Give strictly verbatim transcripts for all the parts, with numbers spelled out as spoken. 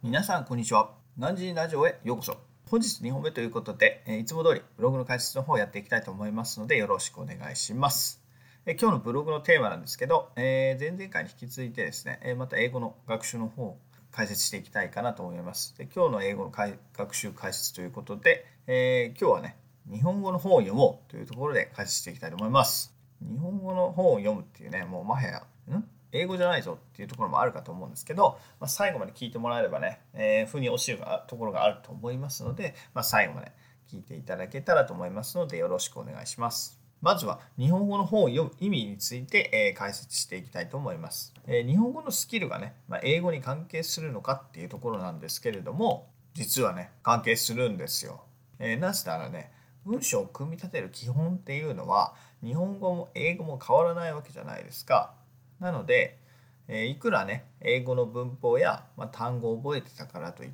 皆さんこんにちは。何時ラジオへようこそ。本日にほんめということで、いつも通りブログの解説の方をやっていきたいと思いますのでよろしくお願いします。今日のブログのテーマなんですけど、前々回に引き続いてですね、また英語の学習の方を解説していきたいかなと思います。で今日の英語の学習解説ということで、えー、今日はね、日本語の本を読もうというところで解説していきたいと思います。日本語の本を読むっていうね、もうもはや、ん英語じゃないぞっていうところもあるかと思うんですけど、まあ、最後まで聞いてもらえればね、えー、腑に落ちるところがあると思いますので、まあ、最後まで聞いていただけたらと思いますのでよろしくお願いします。まずは日本語の本を読む意味について、えー、解説していきたいと思います。えー、日本語のスキルがね、まあ、英語に関係するのかっていうところなんですけれども、実はね関係するんですよ。えー、なぜならね、文章を組み立てる基本っていうのは日本語も英語も変わらないわけじゃないですか。なので、えー、いくらね英語の文法や、まあ、単語を覚えてたからといって、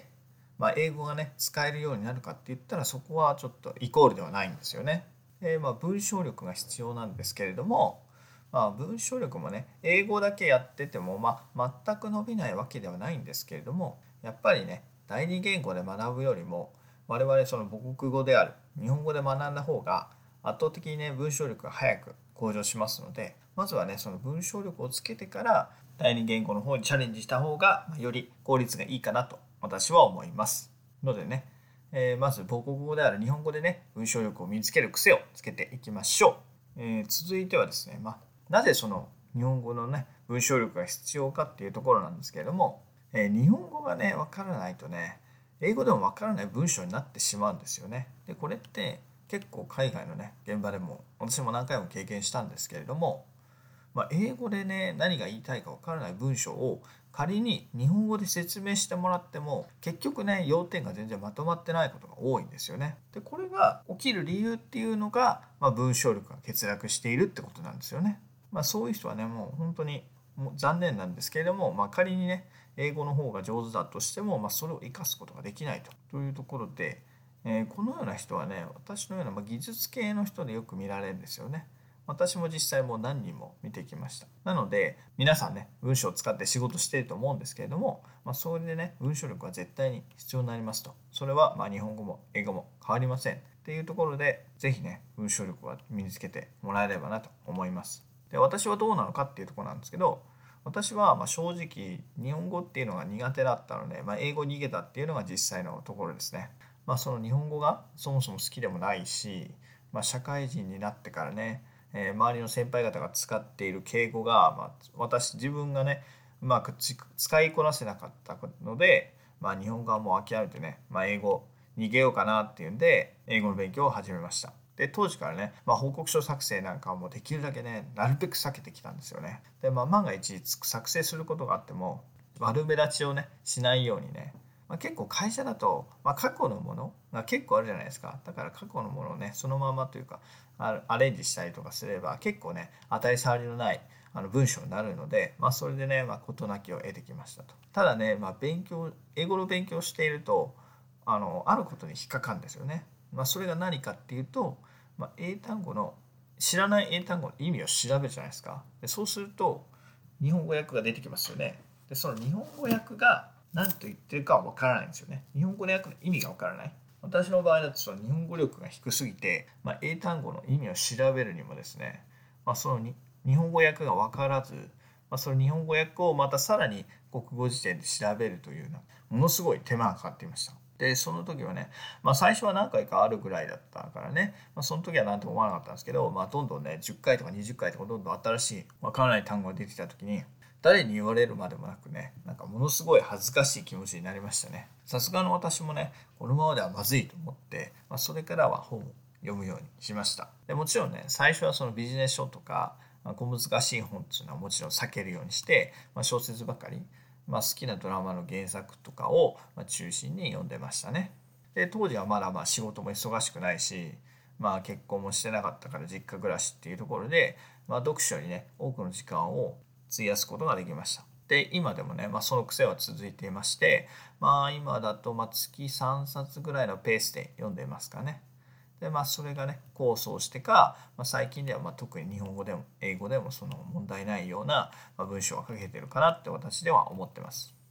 まあ、英語がね使えるようになるかって言ったらそこはちょっとイコールではないんですよね。えーまあ、文章力が必要なんですけれども、まあ、文章力もね英語だけやってても、まあ、全く伸びないわけではないんですけれども、やっぱりね第二言語で学ぶよりも我々その母国語である日本語で学んだ方が圧倒的にね文章力が早く向上しますので、まずはねその文章力をつけてから第二言語の方にチャレンジした方がより効率がいいかなと私は思いますのでね、えー、まず母国語である日本語でね文章力を身につける癖をつけていきましょう。えー、続いてはですね、まあ、なぜその日本語のね文章力が必要かっていうところなんですけれども、えー、日本語がねわからないとね英語でもわからない文章になってしまうんですよね。でこれって結構海外のね現場でも私も何回も経験したんですけれども、まあ、英語でね何が言いたいかわからない文章を仮に日本語で説明してもらっても結局ね要点が全然まとまってないことが多いんですよね。でこれが起きる理由っていうのが、まあ、文章力が欠落しているってことなんですよね。まあ、そういう人はねもう本当にもう残念なんですけれども、まあ、仮にね英語の方が上手だとしても、まあ、それを生かすことができないと、というところで、えー、このような人はね私のような、まあ、技術系の人でよく見られるんですよね。私も実際もう何人も見てきました。なので皆さんね文章を使って仕事していると思うんですけれども、まあ、それでね文章力は絶対に必要になりますと。それはまあ日本語も英語も変わりませんっていうところで、ぜひね文章力は身につけてもらえればなと思います。で私はどうなのかっていうところなんですけど、私はまあ正直日本語っていうのが苦手だったので、まあ、英語に逃げたっていうのが実際のところですね。まあ、その日本語がそもそも好きでもないし、まあ、社会人になってからね、えー、周りの先輩方が使っている敬語が、まあ、私自分がねうまく使いこなせなかったので、まあ、日本語はもう諦めてね、まあ、英語逃げようかなっていうんで英語の勉強を始めました。で当時からね、まあ、報告書作成なんかはもうできるだけねなるべく避けてきたんですよね。で、まあ、万が一作成することがあっても悪目立ちをねしないようにね、まあ、結構会社だと、まあ、過去のものが結構あるじゃないですか。だから過去のものをねそのままというかアレンジしたりとかすれば結構ね当たり障りのないあの文章になるので、まあ、それでね、まあ、事なきを得てきましたと。ただね、まあ、勉強英語の勉強しているとあのあることに引っかかるんですよね。まあ、それが何かっていうと、まあ、英単語の知らない英単語の意味を調べるじゃないですか。でそうすると日本語訳が出てきますよね。でその日本語訳が何と言ってるかは分からないんですよね。日本語の訳の意味が分からない。私の場合だとその日本語力が低すぎて、まあ、英単語の意味を調べるにもですね、まあ、そのに日本語訳が分からず、まあ、その日本語訳をまたさらに国語辞典で調べるというようなものすごい手間がかかっていました。でその時はね、まあ、最初は何回かあるぐらいだったからね、まあ、その時は何とも思わなかったんですけど、まあ、どんどんねじゅっかいとかにじゅっかいとかどんどん新しい分からない単語が出てきた時に誰に言われるまでもなくね、なんかものすごい恥ずかしい気持ちになりましたね。さすがの私もねこのままではまずいと思って、まあ、それからは本を読むようにしました。でもちろんね最初はそのビジネス書とか、まあ、小難しい本っていうのはもちろん避けるようにして、まあ、小説ばかり、まあ、好きなドラマの原作とかを中心に読んでましたね。で当時はまだまあ仕事も忙しくないし、まあ、結婚もしてなかったから実家暮らしっていうところで、まあ、読書にね多くの時間を費やすことができました。で今でもね、まあ、その癖は続いていまして、まあ、今だとまあ月さんさつぐらいのペースで読んでいますかね。でまあそれがね構想してか、まあ、最近ではまあ特に日本語でも英語でもその問題ないような文章が書けてるかなって私では思ってます。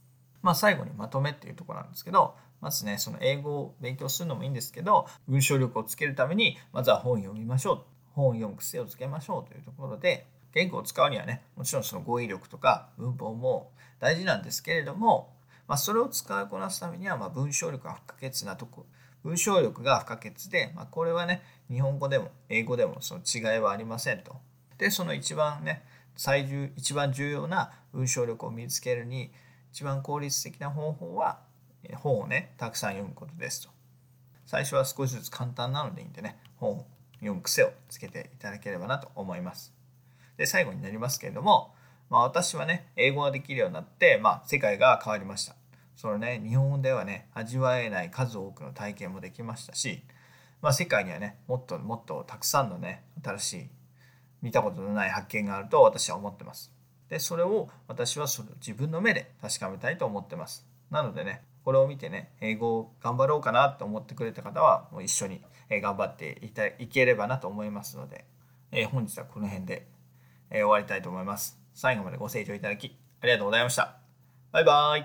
まあ、最後にまとめっていうところなんですけど、まずねその英語を勉強するのもいいんですけど、文章力をつけるためにまずは本を読みましょう、本を読む癖をつけましょうというところで、言語を使うにはねもちろんその語彙力とか文法も大事なんですけれども、まあ、それを使いこなすためにはまあ文章力が不可欠なとこ文章力が不可欠で、まあ、これはね日本語でも英語でもその違いはありませんと。でその一番ね最重一番重要な文章力を身につけるに一番効率的な方法は本をねたくさん読むことですと。最初は少しずつ簡単なのでいいんでね、本を読む癖をつけていただければなと思います。で最後になりますけれども、まあ、私はね英語ができるようになって、まあ、世界が変わりました。そのね日本語ではね味わえない数多くの体験もできましたし、まあ、世界にはねもっともっとたくさんのね新しい見たことのない発見があると私は思ってます。でそれを私はそれを自分の目で確かめたいと思ってます。なのでねこれを見てね英語を頑張ろうかなと思ってくれた方はもう一緒に頑張っていたいければなと思いますので、えー、本日はこの辺で終わりたいと思います。最後までご清聴いただきありがとうございました。バイバイ。